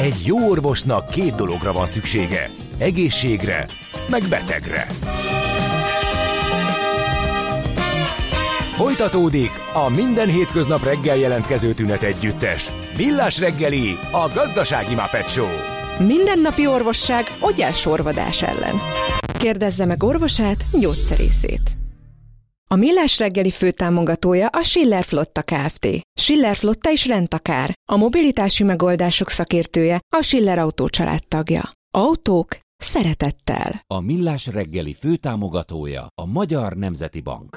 Egy jó orvosnak két dologra van szüksége. Egészségre, meg betegre. Folytatódik a minden hétköznap reggel jelentkező tünet együttes. Millás reggeli, a gazdasági Muppet Show. Mindennapi orvosság ogyásorvadás ellen. Kérdezze meg orvosát, gyógyszerészét. A Millás reggeli főtámogatója a Schiller Flotta Kft. Schiller Flotta és rendtakár. A mobilitási megoldások szakértője, a Schiller Autó család tagja. Autók szeretettel. A Millás reggeli főtámogatója a Magyar Nemzeti Bank.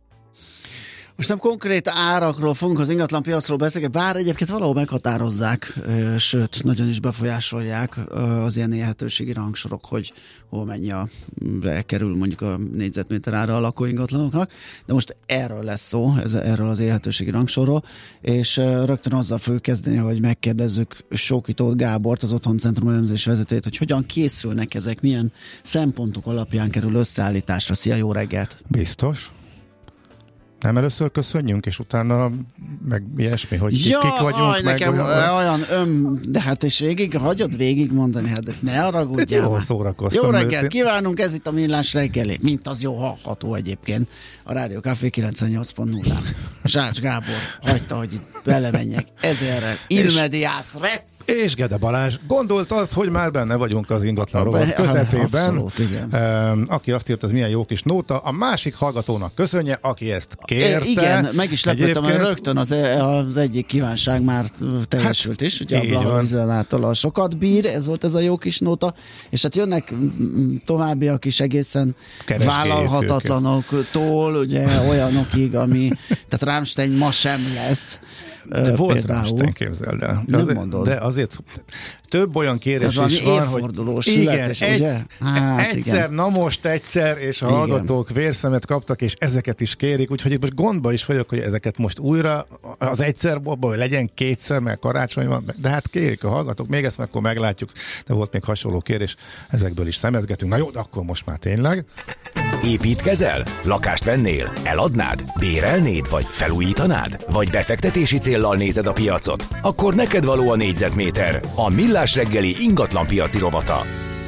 Most nem konkrét árakról fogunk az ingatlanpiacról beszélni, bár egyébként valahol meghatározzák, sőt, nagyon is befolyásolják az ilyen élhetőségi rangsorok, hogy hol mennyi bekerül mondjuk a négyzetméter ára a lakóingatlanoknak, de most erről lesz szó, erről az élhetőségi rangsorról, és rögtön azzal fogjuk kezdeni, hogy megkérdezzük Sóki Tóth Gábort, az Otthoncentrum elemzés vezetőjét, hogy hogyan készülnek ezek, milyen szempontok alapján kerül összeállításra. Szia, jó reggelt! Biztos. Nem először köszönjünk, és utána meg ilyesmi, hogy kik vagyunk, meg olyan de hát és hagyod végig mondani, hát de ne haragudjál. Jól szórakoztam. Jó reggelt kívánunk, ez itt a Millás reggeli, mint az jó hallható egyébként a Rádió Café 98.0-án. Zsács Gábor hagyta, hogy itt belemenjek ezerrel, ilmediász rec. És Gede Balázs gondolt azt, hogy már benne vagyunk az ingatlan rovat közepében. Abszolút, igen. Aki azt írt, az milyen jó kis nóta, a másik hallgatónak köszönje, aki ezt kérte. Igen, meg is lepődtem, hogy rögtön az egyik kívánság már teljesült is, ugye a Blaha által a sokat bír, ez volt ez a jó kis nóta, és hát jönnek továbbiak is egészen vállalhatatlanoktól, ugye olyanokig, tehát Rammstein ma sem lesz. De volt például. Rammstein, képzeld el. De azért több olyan kérés is van, hogy igen, egyszer, na most egyszer, és a hallgatók vérszemet kaptak, és ezeket is kérik, úgyhogy most gondba is vagyok, hogy ezeket most újra az egyszer abban, hogy legyen kétszer, mert karácsony van, de hát kérik a hallgatók, még ezt akkor meglátjuk, de volt még hasonló kérés, ezekből is szemezgetünk. Na jó, de akkor most már tényleg. Építkezel? Lakást vennél? Eladnád? Bérelnéd? Vagy felújítanád? Vagy befektetési céllal nézed a piacot? Akkor neked való a négyzetméter. A Millás reggeli ingatlanpiaci rovata.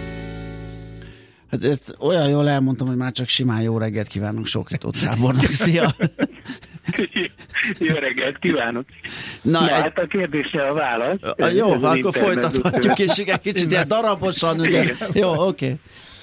Hát ezt olyan jól elmondtam, hogy már csak simán jó reggelt kívánunk Sóki Tóth Gábornak. Szia! Jó reggelt kívánok! Na hát a kérdésre a válasz. Jó, akkor folytathatjuk, és egy kicsit ilyen darabosan, ugye? Jó, oké.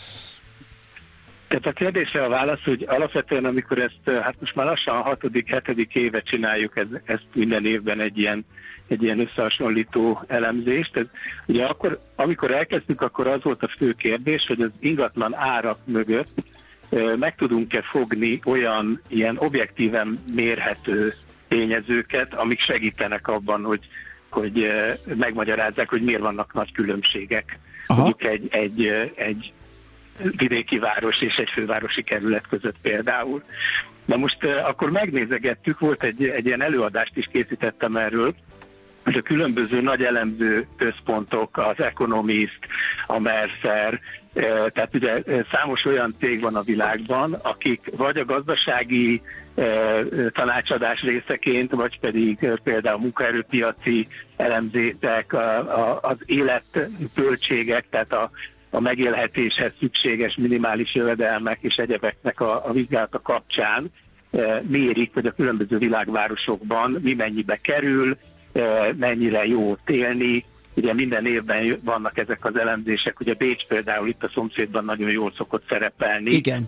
Tehát a kérdésre a válasz, hogy alapvetően, amikor ezt, hát most már lassan a 6.-7. éve csináljuk ezt minden évben egy ilyen összehasonlító elemzést. Ez, ugye akkor, amikor elkezdtük, akkor az volt a fő kérdés, hogy az ingatlan árak mögött meg tudunk-e fogni olyan ilyen objektíven mérhető tényezőket, amik segítenek abban, hogy megmagyarázzák, hogy miért vannak nagy különbségek. Mondjuk egy vidéki város és egy fővárosi kerület között például. Na most akkor megnézegettük, volt egy ilyen előadást is készítettem erről, hogy a különböző nagy elemző központok, az Economist, a Mercer, tehát ugye számos olyan cég van a világban, akik vagy a gazdasági tanácsadás részeként, vagy pedig például munkaerőpiaci elemzések, az életköltségek, tehát a megélhetéshez szükséges minimális jövedelmek és egyebeknek a vizsgálata kapcsán mérik, hogy a különböző világvárosokban mi mennyibe kerül, mennyire jó ott élni. Ugye minden évben vannak ezek az elemzések, ugye Bécs például itt a szomszédban nagyon jól szokott szerepelni. Igen.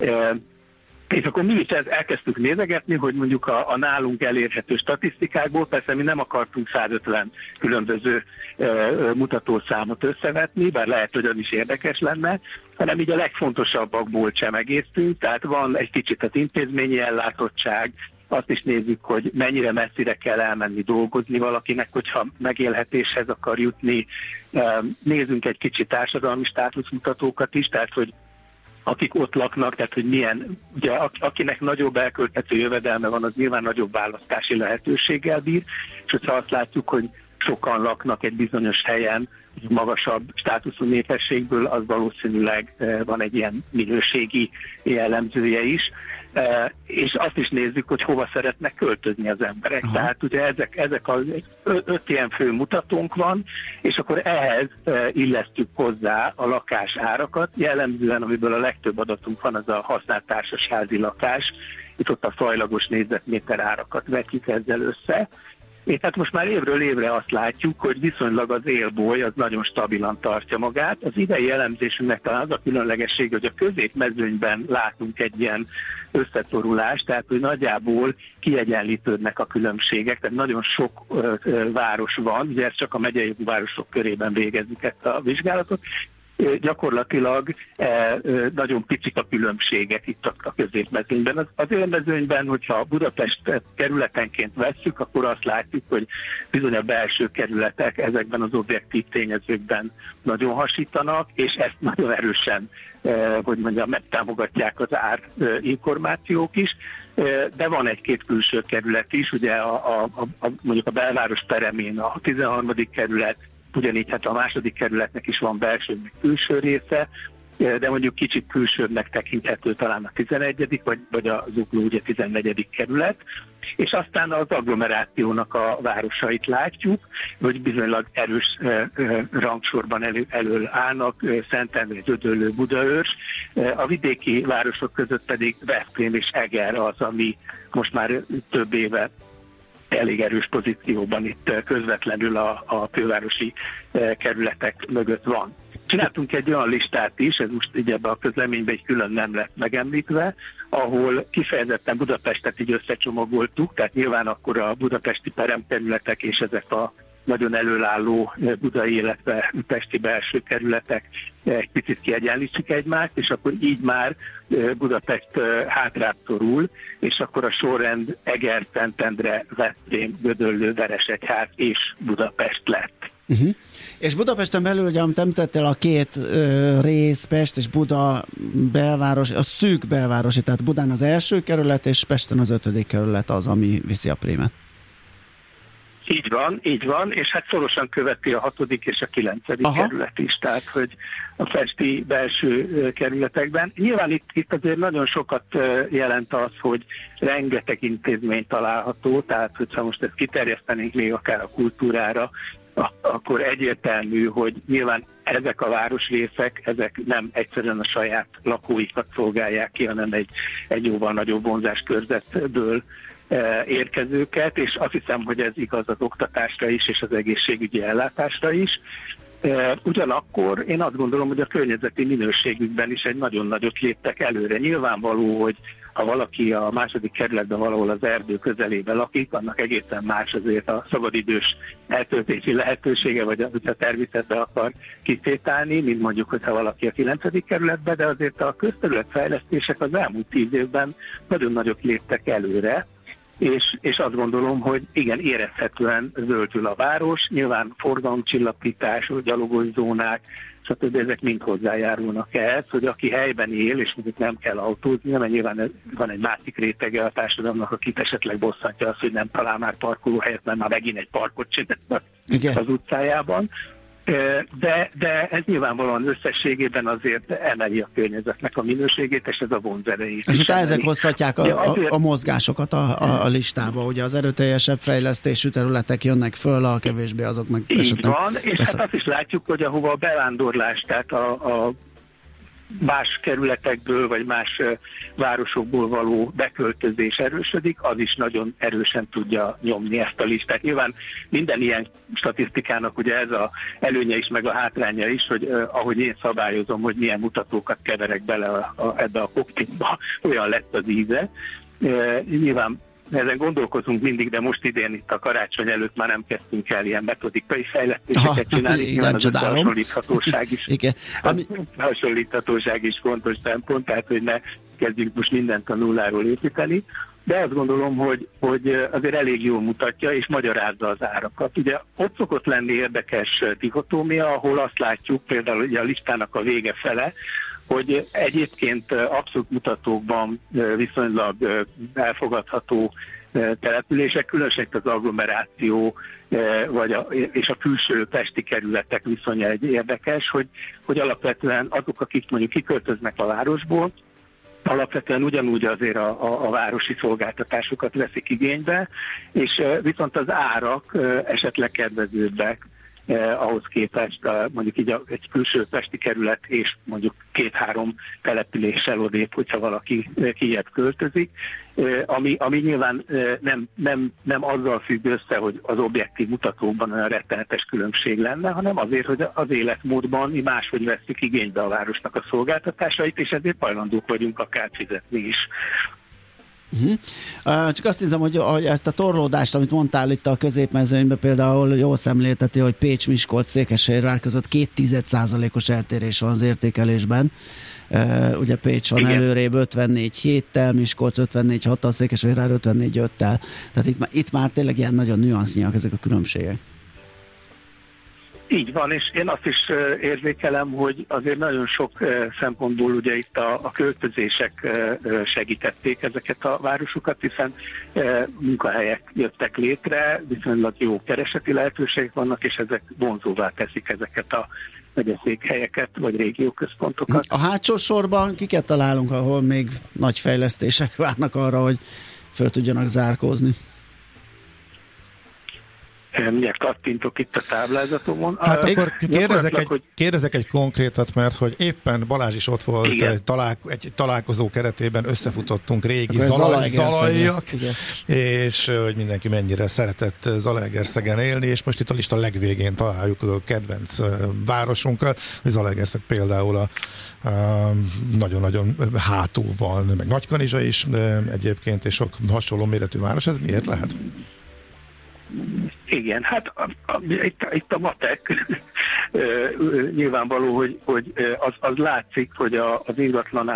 És akkor mi is elkezdtük nézegetni, hogy mondjuk a nálunk elérhető statisztikákból, persze mi nem akartunk 150 különböző mutatószámot összevetni, bár lehet, hogy az is érdekes lenne, hanem így a legfontosabbakból csemegéztünk, tehát van egy kicsit az intézményi ellátottság, azt is nézzük, hogy mennyire messzire kell elmenni dolgozni valakinek, hogyha megélhetéshez akar jutni. Nézzünk egy kicsit társadalmi státuszmutatókat is, tehát hogy akik ott laknak, tehát hogy milyen, ugye akinek nagyobb elkölthető jövedelme van, az nyilván nagyobb választási lehetőséggel bír, és hogyha azt látjuk, hogy sokan laknak egy bizonyos helyen, magasabb státuszú népességből, az valószínűleg van egy ilyen minőségi jellemzője is. És azt is nézzük, hogy hova szeretnek költözni az emberek. Aha. Tehát ugye ezek az 5 ilyen fő mutatónk van, és akkor ehhez illesztjük hozzá a lakás árakat. Jellemzően, amiből a legtöbb adatunk van, az a használt társasházi lakás. Itt ott a fajlagos négyzetméter árakat vetjük ezzel össze. És hát most már évről évre azt látjuk, hogy viszonylag az élboly az nagyon stabilan tartja magát. Az idei elemzésünknek talán az a különlegesség, hogy a középmezőnyben látunk egy ilyen összetorulást, tehát hogy nagyjából kiegyenlítődnek a különbségek, tehát nagyon sok város van, ugye ez csak a megyei városok körében végezzük ezt a vizsgálatot, gyakorlatilag nagyon picik a különbségek itt a középmezőnyben. Az élmezőnyben, hogyha Budapest kerületenként vesszük, akkor azt látjuk, hogy bizony a belső kerületek ezekben az objektív tényezőkben nagyon hasítanak, és ezt nagyon erősen, megtámogatják az árinformációk is. De van egy-két külső kerület is, ugye mondjuk a belváros peremén a 13. kerület, ugyanígy hát a második kerületnek is van belső, meg külső része, de mondjuk kicsit külsőbbnek tekinthető talán a 11. vagy a Zugló ugye 14. kerület, és aztán az agglomerációnak a városait látjuk, hogy bizonylag erős rangsorban elől állnak, Szentendré, Gödöllő, Budaörs, a vidéki városok között pedig Veszprém és Eger az, ami most már több éve elég erős pozícióban itt közvetlenül a fővárosi kerületek mögött van. Csináltunk egy olyan listát is, ez most így ebben a közleményben egy külön nem lett megemlítve, ahol kifejezetten Budapestet így összecsomagoltuk, tehát nyilván akkor a budapesti peremterületek és ezek a nagyon előálló budai, illetve pesti belső kerületek egy picit kiegyenlítsük egymást, és akkor így már Budapest hátrább szorul, és akkor a sorrend Eger, Szentendre, Veszprém, Gödöllő, Veresegyház és Budapest lett. Uh-huh. És Budapesten belül, ugye, amit említettél, a két rész, Pest és Buda belváros, a szűk belvárosi, tehát Budán az első kerület, és Pesten az 5. kerület az, ami viszi a prémet. Így van, és hát szorosan követi a 6. és a 9. kerület is, tehát hogy a festi belső kerületekben. Nyilván itt azért nagyon sokat jelent az, hogy rengeteg intézmény található, tehát hogyha most ezt kiterjesztenénk még akár a kultúrára, akkor egyértelmű, hogy nyilván ezek a városrészek, ezek nem egyszerűen a saját lakóikat szolgálják ki, hanem egy jóval nagyobb vonzáskörzetből érkezőket, és azt hiszem, hogy ez igaz az oktatásra is, és az egészségügyi ellátásra is. Ugyanakkor én azt gondolom, hogy a környezeti minőségükben is egy nagyon nagyot léptek előre. Nyilvánvaló, hogy ha valaki a második kerületben valahol az erdő közelében lakik, annak egészen más azért a szabadidős eltöltési lehetősége, vagy a természetbe akar kisétálni, mint mondjuk, hogyha valaki a 9. kerületben, de azért a közterületfejlesztések az elmúlt 10 évben nagyon nagyot léptek előre, és azt gondolom, hogy igen, érezhetően zöldül a város, nyilván forgalomcsillapítás, gyalogos zónák, stb. Ezek mind hozzájárulnak ehhez, hogy aki helyben él, és mondjuk nem kell autózni, mert nyilván van egy másik rétege a társadalomnak, akit esetleg bosszantja az, hogy nem talál már parkolóhelyet, mert már megint egy parkot csinálnak az utcájában. De ez nyilvánvalóan összességében azért emeli a környezetnek a minőségét, és ez a vonzerejét. És utána ezek hozhatják a mozgásokat a listába, ugye az erőteljesebb fejlesztésű területek jönnek föl, a kevésbé azok meg esetleg... Így van, és hát azt is látjuk, hogy ahova a bevándorlás, tehát a más kerületekből, vagy más városokból való beköltözés erősödik, az is nagyon erősen tudja nyomni ezt a listát. Nyilván minden ilyen statisztikának ugye ez az előnye is, meg a hátránya is, hogy ahogy én szabályozom, hogy milyen mutatókat keverek bele ebbe a koktétba, olyan lett az íze. Nyilván ezen gondolkozunk mindig, de most idén itt a karácsony előtt már nem kezdtünk el ilyen metodikai fejlesztéseket csinálni. Nyilván az hasonlíthatóság is. Hasonlíthatóság is fontos szempont, tehát hogy ne kezdjünk most mindent a nulláról építeni. De azt gondolom, hogy azért elég jól mutatja, és magyarázza az árakat. Ugye ott szokott lenni érdekes dichotómia, ahol azt látjuk, például ugye a listának a vége fele, hogy egyébként abszolút mutatókban viszonylag elfogadható települések, különösen az agglomeráció és a külső pesti kerületek viszonya egy érdekes, hogy alapvetően azok, akik mondjuk kiköltöznek a városból, alapvetően ugyanúgy azért a városi szolgáltatásokat veszik igénybe, és viszont az árak esetleg kedvezőbbek ahhoz képest, mondjuk így egy külső pesti kerület és mondjuk 2-3 településsel odébb, hogyha valaki kijebb költözik, ami nyilván nem azzal függ össze, hogy az objektív mutatókban olyan rettenetes különbség lenne, hanem azért, hogy az életmódban mi máshogy vesszük igénybe a városnak a szolgáltatásait, és ezért hajlandók vagyunk akár fizetni is. Csak azt hiszem, hogy ezt a torlódást, amit mondtál itt a középmezőnyben, például jól szemlélteti, hogy Pécs, Miskolc, Székesfehérvár között 0,2%-os eltérés van az értékelésben. Ugye Pécs van előrébb 54 héttel, Miskolc 54 6-tal, Székesfehérvár 54 5-tel. Tehát itt már tényleg ilyen nagyon nüansznyiak ezek a különbségek. Így van, és én azt is érzékelem, hogy azért nagyon sok szempontból ugye itt a költözések segítették ezeket a városokat, hiszen munkahelyek jöttek létre, viszonylag jó kereseti lehetőségek vannak, és ezek vonzóvá teszik ezeket a megyeszékhelyeket, vagy régióközpontokat. A hátsó sorban kiket találunk, ahol még nagy fejlesztések várnak arra, hogy föl tudjanak zárkózni? Mindjárt kattintok itt a táblázatomon. Hát akkor kérdezek egy konkrétat, mert hogy éppen Balázs is ott volt egy találkozó keretében, összefutottunk régi zalajjak, és hogy mindenki mennyire szeretett Zalaegerszegen élni, és most itt a lista legvégén találjuk a kedvenc városunkat, hogy Zalaegerszeg például nagyon-nagyon hátul van, meg Nagykanizsa is egyébként, és sok hasonló méretű város. Ez miért lehet? Igen, hát itt a matek nyilvánvaló, hogy az látszik, hogy az ingatlan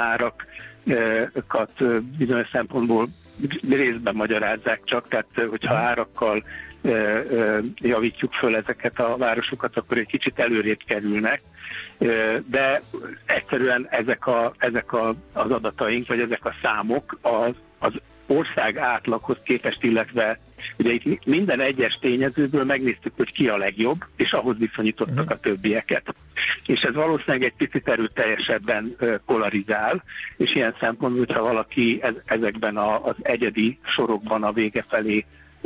árakat bizonyos szempontból részben magyarázzák csak, tehát hogyha árakkal javítjuk föl ezeket a városokat, akkor egy kicsit előrébb kerülnek, de egyszerűen ezek az adataink, vagy ezek a számok az ország átlaghoz képest, illetve ugye itt minden egyes tényezőből megnéztük, hogy ki a legjobb, és ahhoz viszonyítottak a többieket. És ez valószínűleg egy picit erőteljesebben polarizál, és ilyen szempontból, hogyha valaki ezekben az egyedi sorokban a vége felé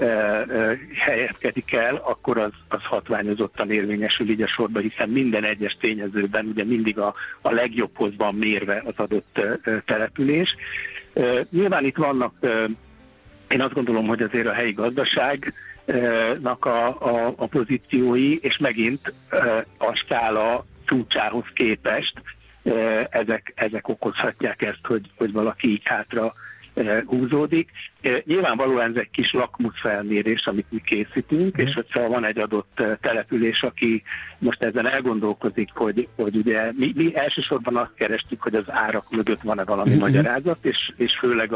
helyezkedik el, akkor az hatványozottan érvényesül így a sorba, hiszen minden egyes tényezőben ugye mindig a legjobbhoz van mérve az adott település. Nyilván itt vannak, én azt gondolom, hogy azért a helyi gazdaságnak a pozíciói, és a skála csúcsához képest ezek okozhatják ezt, hogy valaki így hátra húzódik. Nyilvánvalóan ez egy kis lakmuszfelmérés, amit mi készítünk, és hogyha van egy adott település, aki most ezen elgondolkozik, hogy ugye mi elsősorban azt kerestük, hogy az árak mögött van-e valami magyarázat, és főleg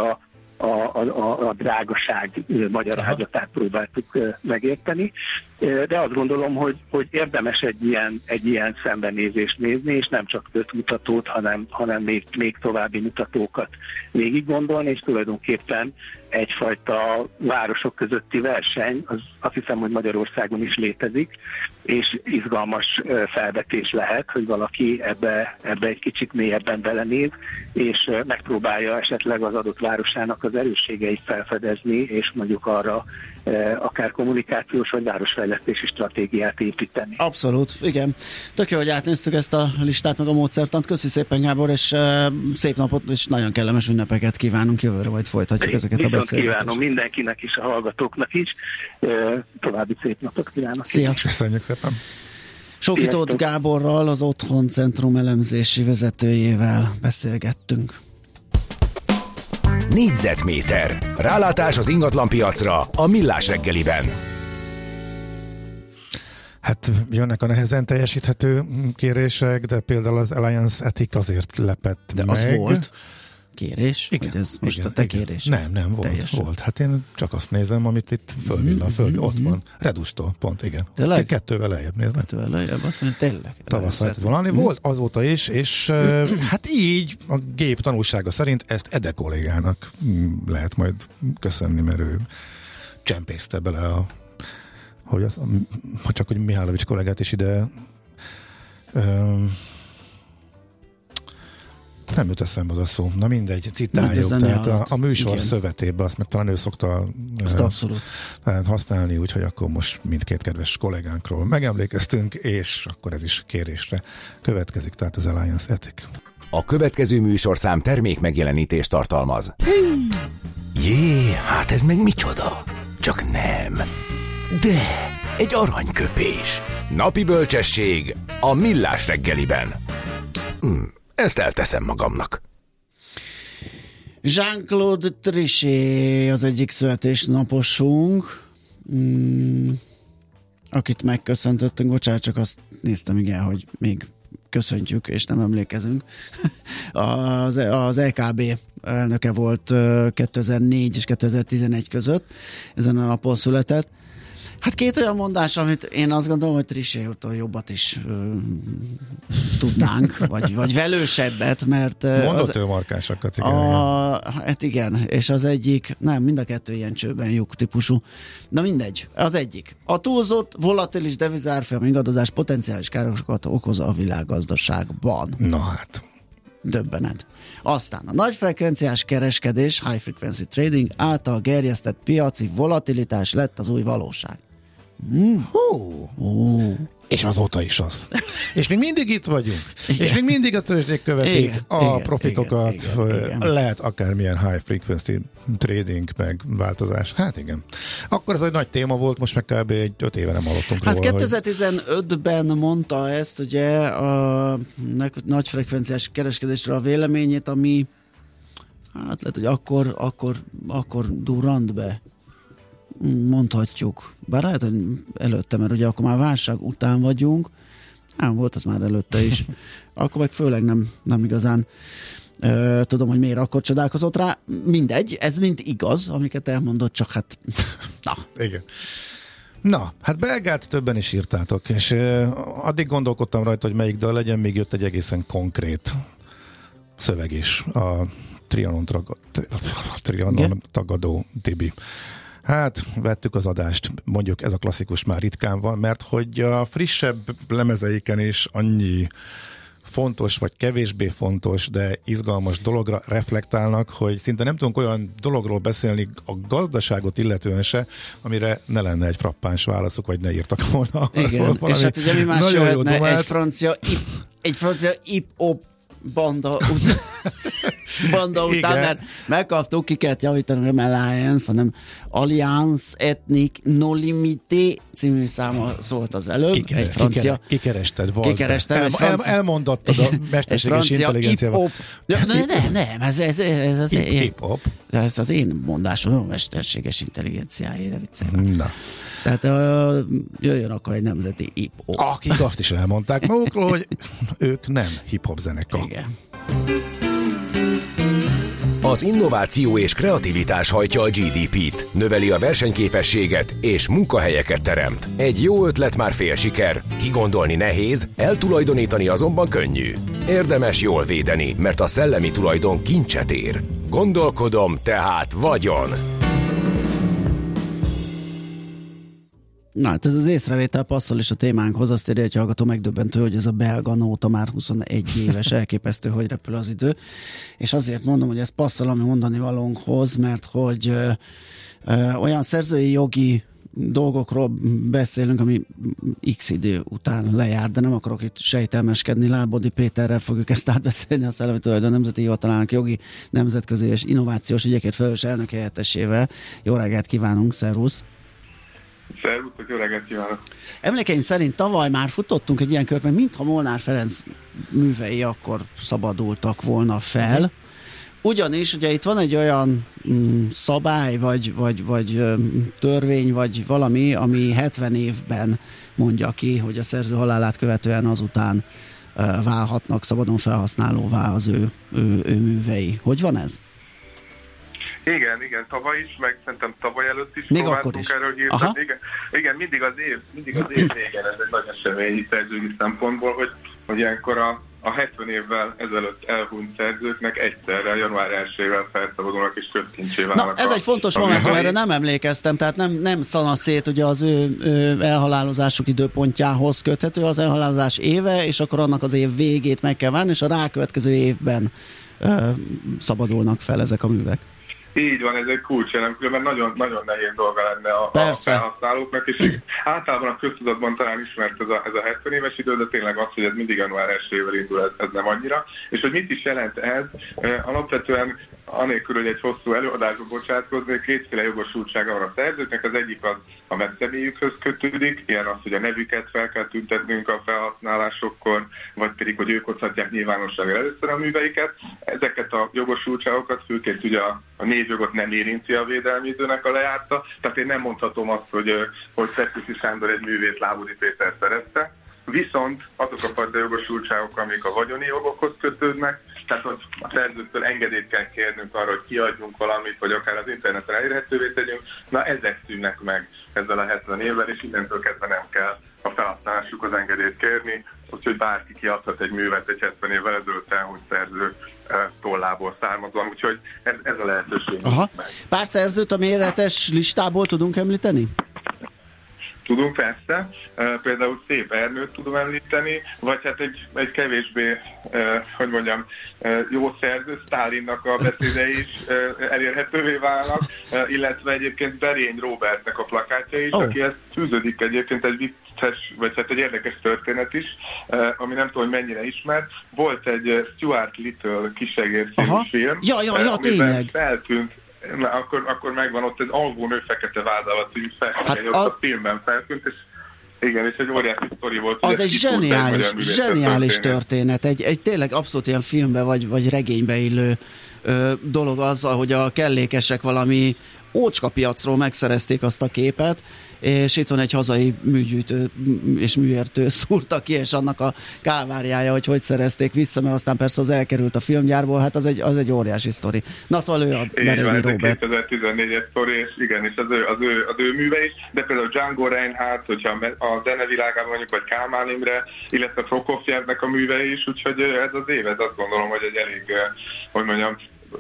a drágaság magyarázatát próbáltuk megérteni, de azt gondolom, hogy érdemes egy ilyen szembenézést nézni, és nem csak 5 mutatót, hanem még további mutatókat végig gondolni, és tulajdonképpen egyfajta városok közötti verseny, azt hiszem, hogy Magyarországon is létezik, és izgalmas felvetés lehet, hogy valaki ebbe egy kicsit mélyebben belenéz, és megpróbálja esetleg az adott városának az erősségeit felfedezni, és mondjuk arra akár kommunikációs vagy városfejlesztési stratégiát építeni. Abszolút, igen. Tök jó, hogy átnéztük ezt a listát, meg a módszertant. Köszi szépen, Gábor, és szép napot, és nagyon kellemes ünnepeket kívánunk jövőre, vagy folytatjuk ezeket a beszélgetést. Kívánom mindenkinek is, a hallgatóknak is. További szép napot kívánok. Szia! Köszönjük szépen! Sóki Tóth Gáborral, az Otthon Centrum elemzési vezetőjével beszélgettünk. Négyzetméter. Rálátás az ingatlanpiacra a Millás reggeliben. Hát jönnek a nehezen teljesíthető kérések, de például az Alliance Ethic azért lepett de meg. Az volt. kérés? Igen, hogy ez most a te kérés? Nem, volt. Hát én csak azt nézem, amit itt fölvillan, ott van. Redustól, pont, igen. Tényleg? 2-vel lejjebb nézd meg. 2-vel lejjebb, azt mondja, tényleg. Tavasszal valami volt azóta is, és hát így a gép tanulsága szerint ezt Ede kollégának lehet majd köszönni, mert ő csempészte bele csak hogy Mihálovics kollégát is ide nem jut eszembe az a szó. Na mindegy, citáljuk. Tehát a műsor igen. Szövetébe, azt meg talán ő szokta abszolút használni, úgyhogy akkor most mindkét kedves kollégánkról megemlékeztünk, és akkor ez is kérésre következik, tehát az Alliance Ethic. A következő műsorszám termék megjelenítést tartalmaz. Jé, hát ez meg micsoda? Csak nem. De, egy aranyköpés. Napi bölcsesség a Millás reggeliben. Ezt elteszem magamnak. Jean-Claude Trichet az egyik születésnaposunk, akit megköszöntöttünk. Bocsánat, csak azt néztem, igen, hogy még köszöntjük, és nem emlékezünk. Az LKB elnöke volt 2004 és 2011 között, ezen a napon született. Hát két olyan mondás, amit én azt gondolom, hogy Trichet úrtól jobbat is tudnánk, vagy velősebbet, mert... Mondott ő markásokat, igen. Hát igen, és az egyik, nem, mind a kettő ilyen csőben lyuk típusú. Na mindegy, az egyik. A túlzott volatilis devizárfolyam ingadozás potenciális károsokat okoz a világgazdaságban. Na hát... Döbbenet. Aztán a nagyfrekvenciás kereskedés, high frequency trading által gerjesztett piaci volatilitás lett az új valóság. És azóta is az. És még mindig itt vagyunk. Igen. És még mindig a tőzsdék követik a profitokat. Igen. Lehet akármilyen high frequency trading, meg változás. Hát igen. Akkor ez egy nagy téma volt, most meg kb. 5 éve nem hallottunk róla. Hát 2015-ben mondta ezt ugye a nagy frekvenciás kereskedésről a véleményét, ami hát lehet, hogy akkor durrant be. Mondhatjuk. Bár lehet, hogy előtte, mert ugye akkor már válság után vagyunk. Volt az már előtte is. Akkor meg főleg nem igazán tudom, hogy miért akkor csodálkozott rá. Mindegy, ez mind igaz, amiket elmondott, csak hát na. Igen. Na, hát belgát többen is írtátok, és addig gondolkodtam rajta, hogy melyik dal legyen, még jött egy egészen konkrét szöveg is. A Trianon tagadó Tibi. Hát, vettük az adást, mondjuk ez a klasszikus már ritkán van, mert hogy a frissebb lemezeiken is annyi fontos, vagy kevésbé fontos, de izgalmas dologra reflektálnak, hogy szinte nem tudunk olyan dologról beszélni a gazdaságot illetően se, amire ne lenne egy frappáns válaszuk, vagy ne írtak volna. Igen, és hát ugye mi más jöhetne egy francia hip-hop banda után, mert megkaptuk, ki kellett javítani, nem Alliance, hanem Alliance Ethnique No Limité című száma szólt az előbb. Egy francia... Kikerested. Elmondottad a mesterséges intelligenciával. Nem, ez az hip-hop. Ez az én mondásom, a mesterséges intelligenciája, Na. Tehát jöjjön akkor egy nemzeti hip-hop. Akik azt is elmondták magukról, hogy ők nem hip-hop zenekar. Igen. Az innováció és kreativitás hajtja a GDP-t, növeli a versenyképességet és munkahelyeket teremt. Egy jó ötlet már fél siker, kigondolni nehéz, eltulajdonítani azonban könnyű. Érdemes jól védeni, mert a szellemi tulajdon kincset ér. Gondolkodom, tehát vagyon. Na, hát ez az észrevétel passzol is a témánkhoz, azt írja, hogy hallgató megdöbbentő, hogy ez a belga nóta már 21 éves, elképesztő, hogy repül az idő. És azért mondom, hogy ez passzol a mi mondani valónkhoz, mert hogy olyan szerzői jogi dolgokról beszélünk, ami x idő után lejár, de nem akarok itt sejtelmeskedni. Lábodi Péterrel fogjuk ezt átbeszélni, a Szellemi Tulajdon Nemzeti Hivatalának jogi, nemzetközi és innovációs ügyekért felelős elnök helyettesével. Jó reggelt kívánunk, szervusz! Szervusztok, jó reggelt kívánok! Emlékeim szerint tavaly már futottunk egy ilyen kört, mert mintha Molnár Ferenc művei akkor szabadultak volna fel. Ugyanis ugye itt van egy olyan szabály, vagy törvény, vagy valami, ami 70 évben mondja ki, hogy a szerző halálát követően azután válhatnak szabadon felhasználóvá az ő művei. Hogy van ez? Igen, tavaly is, meg szerintem tavaly előtt is még akkor is. Erről hírtak. Igen, mindig az év végén ez egy nagy esemény szerzői szempontból, hogy ilyenkor a 70 évvel ezelőtt elhunyt szerzőknek egyszerre január 1-ével felszabadulnak és többkincsé válnak. Na, ez egy fontos momentum, erre nem emlékeztem, tehát nem szana szét ugye az ő elhalálozásuk időpontjához köthető az elhalálozás éve, és akkor annak az év végét meg kell várni, és a rákövetkező évben szabadulnak fel ezek a művek. Így van, ez egy kulcselem, mert nagyon, nagyon nehéz dolga lenne a felhasználóknak, és általában a köztudatban talán ismert ez a 70 éves idő, de tényleg az, hogy ez mindig január 1-ével indul, ez nem annyira. És hogy mit is jelent ez? Alapvetően anélkül, hogy egy hosszú előadásba bocsátkoznék, kétféle jogosultsága van a szerzőknek, az egyik az a megszemélyükhöz kötődik, ilyen az, hogy a nevüket fel kell tüntetnünk a felhasználásokkor, vagy pedig, hogy ők hozhatják nyilvánosságra először a műveiket. Ezeket a jogosultságokat, főként ugye a névjogot nem érinti a védelmi időnek a lejárta, tehát én nem mondhatom azt, hogy Petőfi Sándor egy művét Lábudi Péter szerezte, viszont azok a fajta jogosultságok, amik a vagyoni jogokhoz kötődnek, tehát hogy a szerzőtől engedélyt kell kérnünk arra, hogy kiadjunk valamit, vagy akár az interneten elérhetővé tegyünk, na ezek szűnnek meg ezzel a 70 évvel, és innentől kezdve nem kell a felhasználásukhoz engedélyt kérni, úgyhogy bárki kiadhat egy művet egy 70 évvel ezelőtt elhunyt szerző tollából származóan, úgyhogy ez a lehetőség. Aha. Pár szerzőt a méretes listából tudunk említeni? Tudunk, persze. Például Szép Ernőt tudom említeni, vagy hát egy kevésbé, jó szerző, Sztálinnak a beszédei is elérhetővé válnak, illetve egyébként Berény Róbertnek a plakátja is, akihez fűződik egyébként egy vicces, vagy hát egy érdekes történet is, ami nem tudom, hogy mennyire ismert. Volt egy Stuart Little Kisegér című film, amiben tényleg feltűnt. Na, akkor megvan ott egy alvó nő fekete vádával című feltűnés, ott a filmben feltűnt, és igen, és egy óriási sztori volt. Az egy zseniális történet, egy tényleg abszolút ilyen filmbe vagy regénybe illő dolog az, hogy a kellékesek valami ócskapiacról megszerezték azt a képet, és itt van egy hazai műgyűjtő és műértő szúrta ki, és annak a kálváriája, hogy szerezték vissza, mert aztán persze az elkerült a filmgyárból, hát az egy óriási sztori. Na szóval ő a Berényi Róbert. 2014-es sztori, és igen, és az ő műve is, de például Django Reinhardt, hogyha a zenevilágában mondjuk, vagy Kálmán Imre, illetve Prokofjevnek a műve is, úgyhogy ez az év, ez azt gondolom, hogy egy elég, hogy mondjam,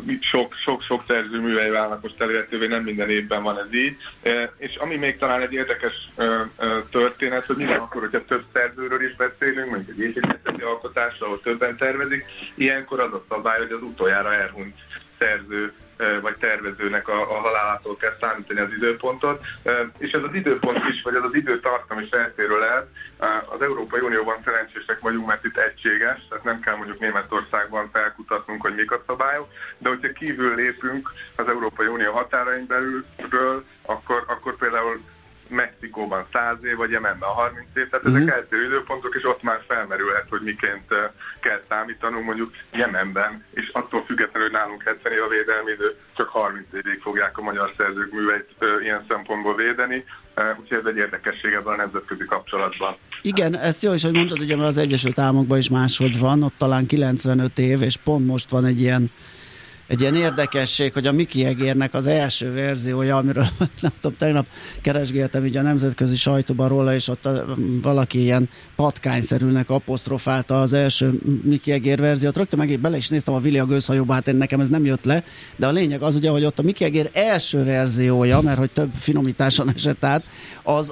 sok szerző művei válnak most elérhetővé, nem minden évben van ez így. És ami még talán egy érdekes történet, hogy minden akkor, hogyha több szerzőről is beszélünk, mondjuk egy építészeti alkotásra, ahol többen tervezik, ilyenkor az a szabály, hogy az utoljára elhunyt szerző vagy tervezőnek a halálától kell számítani az időpontot, és ez az időpont is, vagy ez az időtartam is eltérül el. Az Európai Unióban szerencsések vagyunk, mert itt egységes, tehát nem kell mondjuk Németországban felkutatnunk, hogy mik a szabályok, de hogyha kívül lépünk az Európai Unió határain belülről, akkor például Mexikóban 100 év, vagy Jemenben 30 év, tehát ezek eltérő időpontok, és ott már felmerülhet, hogy miként kell számítanunk mondjuk Jemenben, és attól függetlenül, hogy nálunk 70 év a védelmi idő, csak 30 évig fogják a magyar szerzők műveit ilyen szempontból védeni, úgyhogy ez egy érdekesség ebben a nemzetközi kapcsolatban. Igen, ezt jó is, hogy mondtad, ugye, mert az Egyesült Államokban is máshogy van, ott talán 95 év, és pont most van egy ilyen érdekesség, hogy a Mickey Egérnek az első verziója, amiről nem tudom, tegnap keresgéltem így a nemzetközi sajtóban róla, és ott valaki ilyen patkányszerűnek apostrofálta az első Mickey Egér verziót. Rögtön meg bele is néztem a Willy a gőzhajóba, hát nekem ez nem jött le, de a lényeg az ugye, hogy ott a Mickey Egér első verziója, mert hogy több finomításon esett át, az,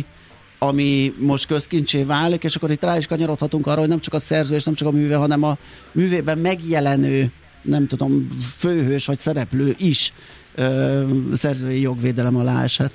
ami most közkincsé válik, és akkor itt rá is kanyarodhatunk arra, hogy nem csak a szerző és nem csak a műve, hanem a művében megjelenő, nem tudom, főhős vagy szereplő is szerzői jogvédelem alá eshet.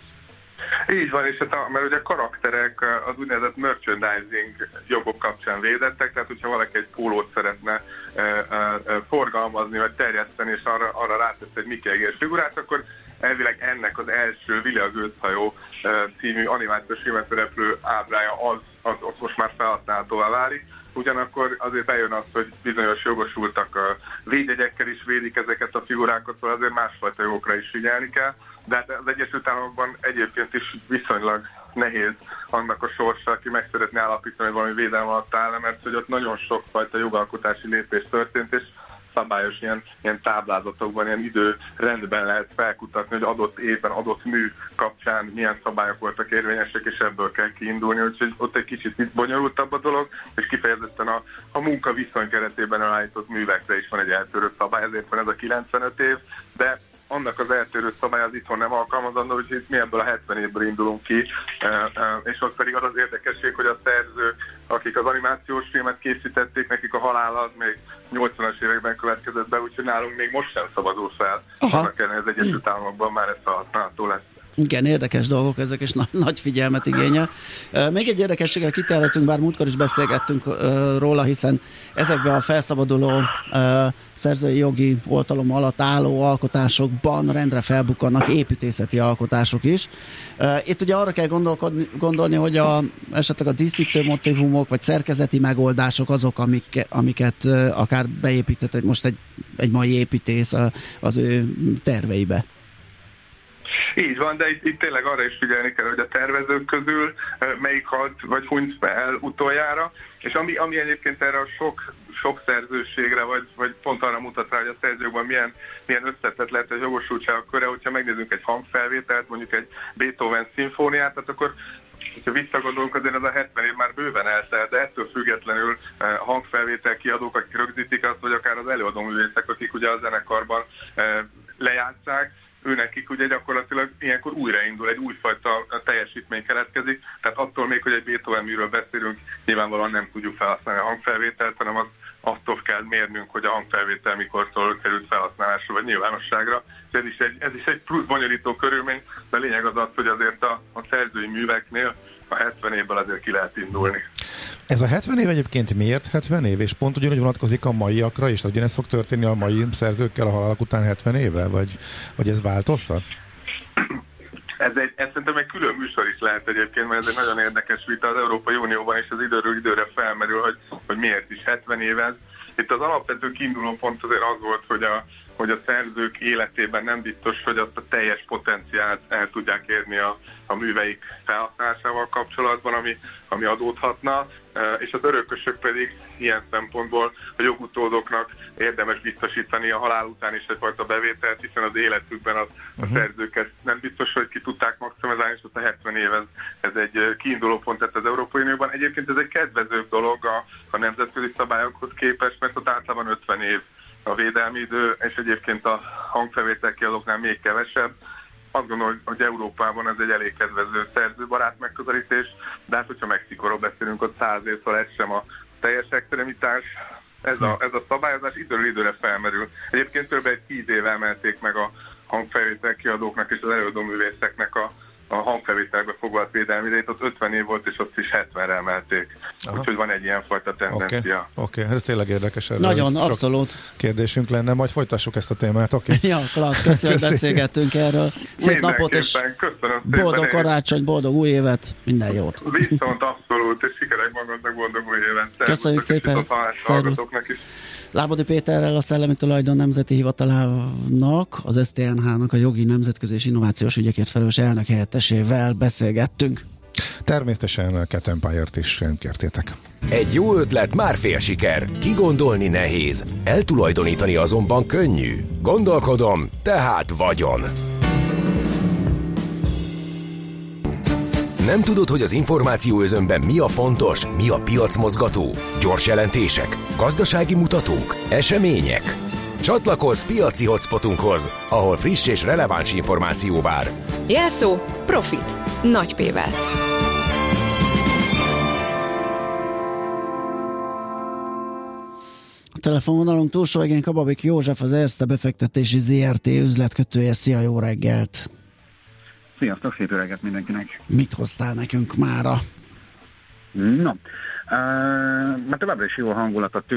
Így van, és mert ugye a karakterek az úgynevezett merchandising jogok kapcsán védettek, tehát hogyha valaki egy pólót szeretne forgalmazni vagy terjeszteni, és arra rátesz egy Mickey Egér figurát, akkor elvileg ennek az első Willy a gőzhajó című animációs filmben szereplő ábrája az most már felhasználhatóvá válik. Ugyanakkor azért bejön az, hogy bizonyos jogosultak védjegyekkel is védik ezeket a figurákat, szóval azért másfajta jogokra is figyelni kell, de hát az Egyesült Államokban egyébként is viszonylag nehéz annak a sorsa, aki meg szeretné állapítani, hogy valami védelme alatt áll, mert hogy ott nagyon sokfajta jogalkotási lépés történt, és szabályos ilyen táblázatokban, ilyen időrendben lehet felkutatni, hogy adott évben, adott mű kapcsán milyen szabályok voltak érvényesek, és ebből kell kiindulni, úgyhogy ott egy kicsit bonyolultabb a dolog, és kifejezetten a munka viszony keretében elállított művekre is van egy eltörő szabály, ezért van ez a 95 év, de annak az eltérő szabály az itthon nem alkalmazandó, úgyhogy mi ebből a 70 évből indulunk ki, és ott pedig az az érdekesség, hogy a szerzők, akik az animációs filmet készítették, nekik a halála az még 80-as években következett be, úgyhogy nálunk még most sem szavazó fel. Annak ellenére az Egyesült Államokban már ez használható lesz. Igen, érdekes dolgok ezek, és nagy figyelmet igényel. Még egy érdekességgel kitérhetünk, bár múltkor is beszélgettünk róla, hiszen ezekben a felszabaduló szerzői jogi oltalom alatt álló alkotásokban rendre felbukkannak építészeti alkotások is. Itt ugye arra kell gondolni, hogy esetleg a díszítő motívumok, vagy szerkezeti megoldások azok, amiket akár beépített most egy mai építész az ő terveibe. Így van, de itt tényleg arra is figyelni kell, hogy a tervezők közül melyik halt vagy hunyt el utoljára, és ami egyébként erre a sok szerzőségre, vagy pont arra mutat rá, hogy a szerzőkben milyen összetett lehet a jogosultságok köre, hogyha megnézzünk egy hangfelvételt, mondjuk egy Beethoven szimfóniát, tehát akkor ha visszagondolunk, azért ez a 70 év már bőven eltelt, de ettől függetlenül hangfelvétel kiadók, akik rögzítik azt, vagy akár az előadóművészek, akik ugye a zenekarban lejátszák, őnekik ugye gyakorlatilag ilyenkor újraindul, egy újfajta teljesítmény keletkezik, tehát attól még, hogy egy Beethoven műről beszélünk, nyilvánvalóan nem tudjuk felhasználni a hangfelvételt, hanem attól kell mérnünk, hogy a hangfelvétel mikortól került felhasználásra vagy nyilvánosságra. Ez is egy plusz bonyolító körülmény, de a lényeg az az, hogy azért a szerzői műveknél a 70 évből azért ki lehet indulni. Ez a 70 év egyébként miért 70 év? És pont ugyanúgy vonatkozik a maiakra is? Ugyanez fog történni a mai szerzőkkel a haláluk után 70 évvel? Vagy ez változhat? Ez szerintem egy külön műsor is lehet egyébként, mert ez egy nagyon érdekes vita. Az Európai Unióban is az időről időre felmerül, hogy miért is 70 év. Itt az alapvető kiinduló pont azért az volt, hogy a szerzők életében nem biztos, hogy azt a teljes potenciált el tudják érni a műveik felhasználásával kapcsolatban, ami adódhatna, és az örökösök pedig ilyen szempontból a jogutódoknak érdemes biztosítani a halál után is egyfajta bevételt, hiszen az életükben a szerzőket nem biztos, hogy ki tudták maximalizálni, és az a 70 év ez egy kiinduló pont az Európai Unióban. Egyébként ez egy kedvezőbb dolog a nemzetközi szabályokhoz képest, mert ott általában 50 év a védelmi idő, és egyébként a hangfelvétel kiadóknál még kevesebb. Azt gondolom, hogy Európában ez egy elég kedvező szerzőbarát megközelítés, de hát, hogyha Mexikóról beszélünk, ott 100 év, szóval ez sem a teljes extremitás. Ez a szabályozás időről időre felmerül. Egyébként kb. 10 éve emelték meg a hangfelvétel kiadóknak és az előadóművészeknek a hangfelvételbe foglalt védelmi idejét, ott 50 év volt, és ott is 70-re emelték. Úgyhogy van egy ilyenfajta tendencia. Oké, ez tényleg érdekes. Nagyon, abszolút. Kérdésünk lenne, majd folytassuk ezt a témát, Ja, klassz, köszönjük, beszélgettünk erről. Szép napot, és boldog karácsony, boldog új évet, minden jót. Viszont abszolút, és sikerek magadnak, boldog új évet. Köszönjük szépen, szervusz. Lábodi Péterrel, a Szellemi Tulajdon Nemzeti Hivatalának, az STNH-nak a jogi, nemzetközi és innovációs ügyekért felelős elnök helyettesével beszélgettünk. Természetesen Cat Empire-t is kértétek. Egy jó ötlet már fél siker, kigondolni nehéz, eltulajdonítani azonban könnyű. Gondolkodom, tehát vagyon. Nem tudod, hogy az információ özönben mi a fontos, mi a piacmozgató? Gyors jelentések, gazdasági mutatók, események? Csatlakozz piaci hotspotunkhoz, ahol friss és releváns információ vár. Jelszó Profit. Nagy P-vel. A telefonvonalunk túlsó végén Kababik József, az Erste befektetési ZRT üzletkötője. Szia, jó reggelt! Sziasztok, szép öreget mindenkinek! Mit hoztál nekünk mára? No, mert továbbra is jó a hangulat a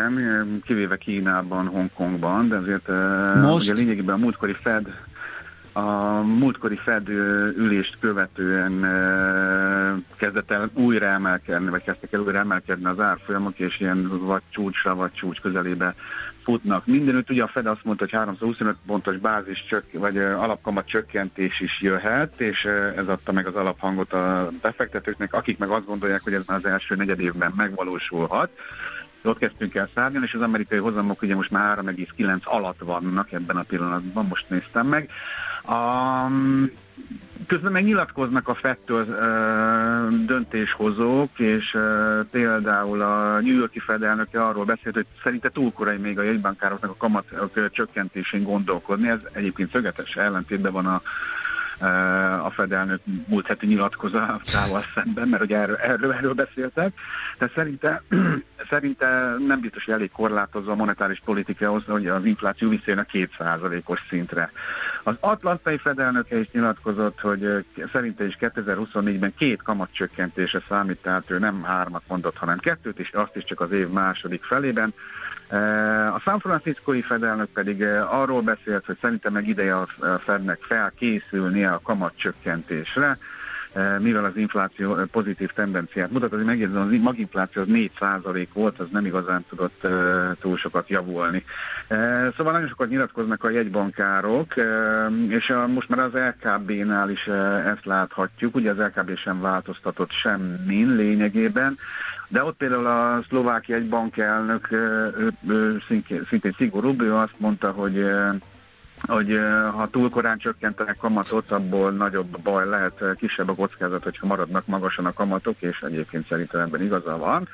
tőzsdéken, kivéve Kínában, Hongkongban, de azért ugye lényegében a múltkori Fed A múltkori Fed ülést követően kezdtek el újra emelkedni az árfolyamok, és ilyen vagy csúcsra, vagy csúcs közelébe futnak. Mindenütt ugye a Fed azt mondta, hogy 325 pontos bázis vagy alapkamat csökkentés is jöhet, és ez adta meg az alaphangot a befektetőknek, akik meg azt gondolják, hogy ez már az első negyedévben megvalósulhat. Ott kezdtünk el szárnyalni, és az amerikai hozamok ugye most már 3,9 alatt vannak ebben a pillanatban, most néztem meg. Közben megnyilatkoznak a Fedtől döntéshozók, és például a New York-i Fed elnöke arról beszélt, hogy szerinte túl korai még a jegybankároknak a kamatok csökkentésén gondolkodni. Ez egyébként szögetes ellentétben van a Fed elnök múlt heti nyilatkozatával szemben, mert ugye erről beszéltek, de szerinte nem biztos, hogy elég korlátozza a monetáris politikához, hogy az infláció visszajön a 2%-os szintre. Az atlantai Fed elnöke is nyilatkozott, hogy szerinte is 2024-ben 2 kamatcsökkentése számít, tehát ő nem 3 mondott, hanem 2, és azt is csak az év második felében. A San Franciscói Fed elnök pedig arról beszélt, hogy szerintem meg ideje a Fednek felkészülnie a kamatcsökkentésre, mivel az infláció pozitív tendenciát mutat. Azért megjegyzem, az maginfláció az 4% volt, az nem igazán tudott túl sokat javulni. Szóval nagyon sokat nyilatkoznak a jegybankárok, és most már az LKB-nál is ezt láthatjuk, ugye az LKB sem változtatott semmin lényegében, de ott például a szlovákiai egy bankelnök szintén szigorúbb, ő azt mondta, hogy ha túl korán csökkentenek kamatot, abból nagyobb baj lehet, kisebb a kockázat, hogyha maradnak magasan a kamatok, és egyébként szerintem ebben igaza van.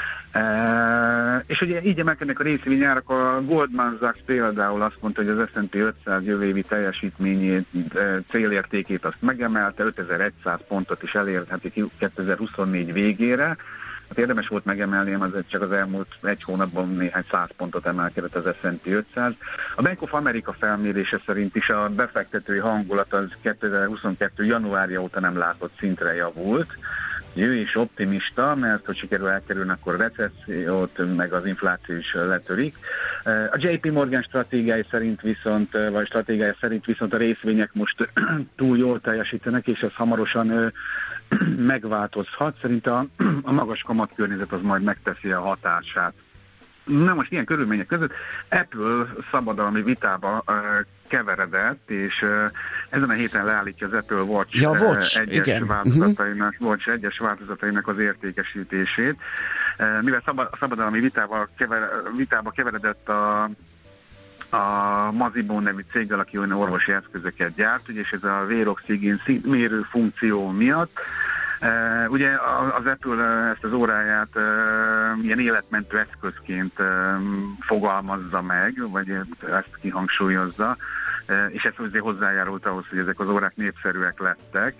És ugye így emelkednek a részvényárak, a Goldman Sachs például azt mondta, hogy az S&P 500 jövő évi teljesítményét, célértékét azt megemelte, 5100 pontot is elérheti 2024 végére. Hát érdemes volt megemelni, az csak az elmúlt egy hónapban néhány 100 pontot emelkedett az S&P 500. A Bank of America felmérése szerint is a befektetői hangulat az 2022. januárja óta nem látott szintre javult. Ő is optimista, mert hogy sikerül elkerülni, akkor a recessziót, meg az infláció is letörik. A JP Morgan stratégiája szerint viszont a részvények most túl jól teljesítenek, és ez hamarosan megváltozhat. Szerint a magas kamatkörnyezet az majd megteszi a hatását. Na most ilyen körülmények között Apple szabadalmi vitába keveredett, és ezen a héten leállítja az Apple Watch, egyes változatainak az értékesítését. Mivel szabadalmi vitába keveredett a Mazibó nevű céggel, aki olyan orvosi eszközöket gyárt, ugye, és ez a véroxigén mérő funkció miatt. Ugye az Apple ezt az óráját ilyen életmentő eszközként fogalmazza meg, vagy ezt kihangsúlyozza, és ez azért hozzájárult ahhoz, hogy ezek az órák népszerűek lettek.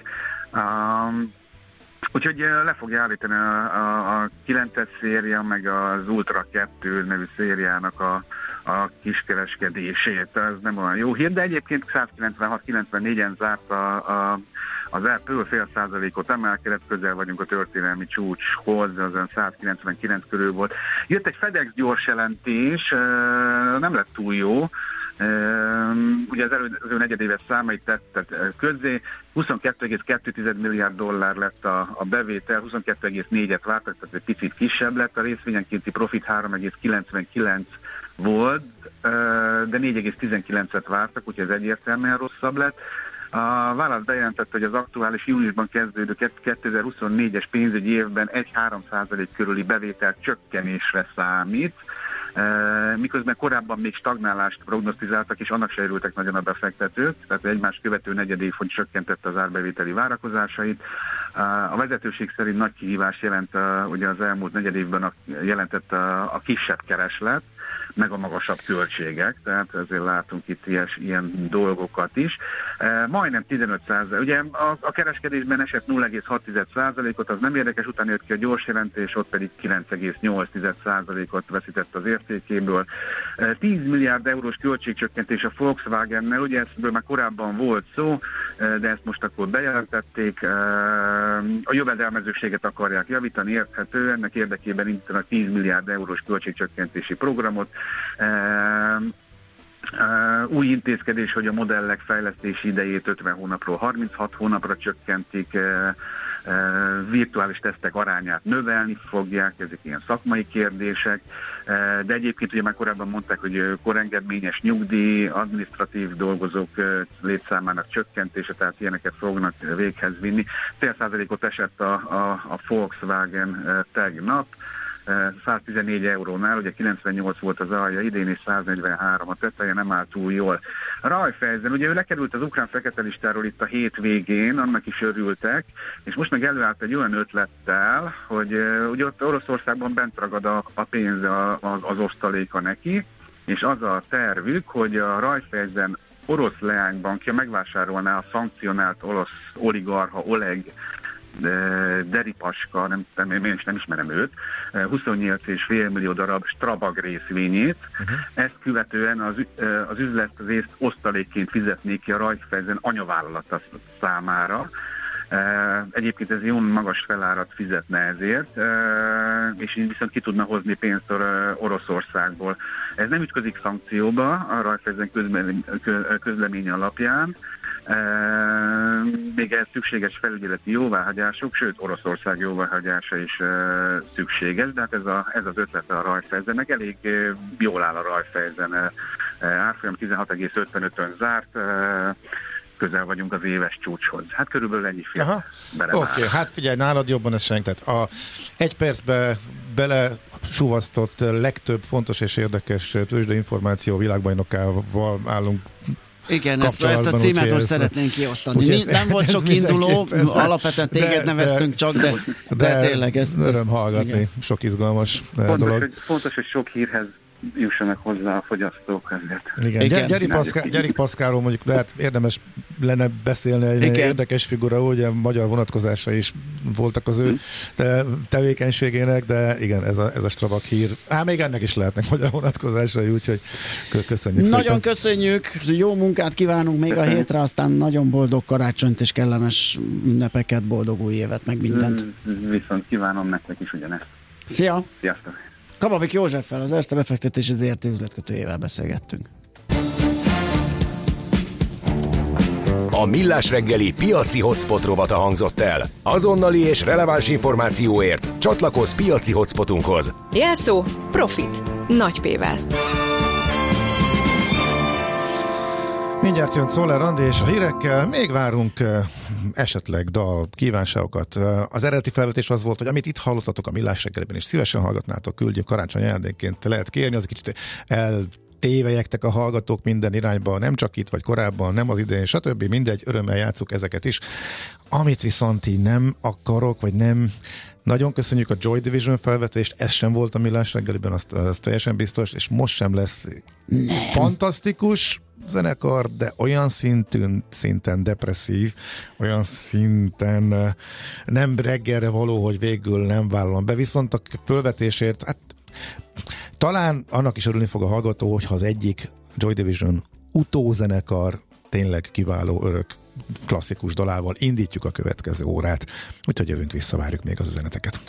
Úgyhogy le fogja állítani a 9-es széria, meg az Ultra 2 nevű szériának a kiskereskedését. Ez nem olyan jó hír, de egyébként 196-94-en zárt az Apple, fél százalékot emelkedett, közel vagyunk a történelmi csúcshoz, az 199 körül volt. Jött egy FedEx gyors jelentés, nem lett túl jó. Ugye az előző negyedéves számait tettek közzé, 22,2 milliárd dollár lett a bevétel, 22,4-et vártak, tehát egy picit kisebb lett, a részvényenkénti profit 3,99 volt, de 4,19-et vártak, úgyhogy ez egyértelműen rosszabb lett. A válasz bejelentette, hogy az aktuális júniusban kezdődő 2024-es pénzügyi évben 1-3% körüli bevétel csökkenésre számít, miközben korábban még stagnálást prognosztizáltak, és annak se örültek nagyon a befektetők, tehát egymás követő negyedév, hogy csökkentette az árbevételi várakozásait. A vezetőség szerint nagy kihívás jelent, ugye az elmúlt negyedévben jelentett a kisebb kereslet, meg a magasabb költségek, tehát ezért látunk itt ilyen dolgokat is. Majdnem 15%, ugye a kereskedésben esett 0,6%-ot, az nem érdekes, utána jött ki a gyors jelentés, ott pedig 9,8%-ot veszített az értékéből. 10 milliárd eurós költségcsökkentés a Volkswagennel, ugye ebből már korábban volt szó, de ezt most akkor bejelentették. A jövedelmezőséget akarják javítani, érthető, ennek érdekében indítanak 10 milliárd eurós költségcsökkentési programot. Új intézkedés, hogy a modellek fejlesztési idejét 50 hónapról 36 hónapra csökkentik, virtuális tesztek arányát növelni fogják, ezek ilyen szakmai kérdések, de egyébként ugye már korábban mondták, hogy korengedményes nyugdíj, adminisztratív dolgozók létszámának csökkentése, tehát ilyeneket fognak véghez vinni. Fél százalékot esett a Volkswagen tegnap, 114 eurónál, ugye 98 volt az alja idén, és 143 a teteje, nem áll túl jól. Raiffeisen, ugye ő lekerült az ukrán fekete listáról itt a hétvégén, annak is örültek, és most meg előállt egy olyan ötlettel, hogy ugye ott Oroszországban bent ragad a pénz, az osztaléka neki, és az a tervük, hogy a Raiffeisen orosz leánybankja megvásárolná a szankcionált orosz oligarcha Oleg Deripaska, én is nem ismerem őt, 28,5 millió darab Strabag részvényét. Ezt követően az üzletrészt osztalékként fizetnék ki a Raiffeisen anyavállalata számára. Egyébként ez jó magas felárat fizetne ezért, és így viszont ki tudna hozni pénzt Oroszországból. Ez nem ütközik szankcióba a Raiffeisen közleménye alapján, még ez szükséges felügyeleti jóváhagyások, sőt Oroszország jóváhagyása is szükséges, de hát ez az ötlete a Raiffeisennek, elég jól áll a Raiffeisen, árfolyam 16,55-ön zárt, közel vagyunk az éves csúcshoz. Hát körülbelül ennyi fél belemár. Oké, hát figyelj, nálad jobban ez senk. Tehát egy percbe belesuvasztott legtöbb fontos és érdekes tőzsdeinformáció világbajnokával állunk. Igen, ezt a címet most szeretnénk kiosztani. Nem volt sok induló, alapvetően téged neveztünk csak, de tényleg ezt... Öröm hallgatni, igen. Sok izgalmas dolog. Fontos, hogy sok hírhez jussanak hozzá a fogyasztók ezért. Igen. Gyerik Paszkálról mondjuk lehet érdemes lenne beszélni, egy érdekes figura, ugye magyar vonatkozása is voltak az ő tevékenységének, de igen, ez a Strabag hír. Még ennek is lehetnek magyar vonatkozásai, úgyhogy köszönjük szépen. Nagyon köszönjük, jó munkát kívánunk még a hétre, aztán nagyon boldog karácsonyt és kellemes ünnepeket, boldog új évet, meg mindent. Viszont kívánom nektek is ugyanezt. Szia! Sziasztok! Kababik Józseffel, az Erste befektetési ZRT üzletkötőjével beszélgettünk. A Millás reggeli piaci hotspot rovata hangzott el. Azonnali és releváns információért csatlakozz piaci hotspotunkhoz. Jelszó Profit. Nagy P-vel. Mindjárt jön Czoller Andi és a hírekkel, még várunk esetleg dal kívánságokat. Az eredeti felvetés az volt, hogy amit itt hallottatok a Millás reggeliben, és szívesen hallgatnátok, küldjünk karácsony ajándékként, lehet kérni, az egy kicsit eltévelyektek a hallgatók minden irányba, nem csak itt vagy korábban, nem az idején, stb. Mindegy, örömmel játsszuk ezeket is. Amit viszont így nem akarok, vagy nem... Nagyon köszönjük a Joy Division felvetést, ez sem volt a Millás reggeliben, az teljesen biztos, és most sem lesz fantasztikus zenekar, de olyan szinten depresszív, olyan szinten nem reggelre való, hogy végül nem vállalom be, viszont a fölvetésért, hát talán annak is örülni fog a hallgató, hogyha az egyik Joy Division utózenekar tényleg kiváló örök klasszikus dalával indítjuk a következő órát, úgyhogy jövünk vissza, várjuk még az üzeneteket.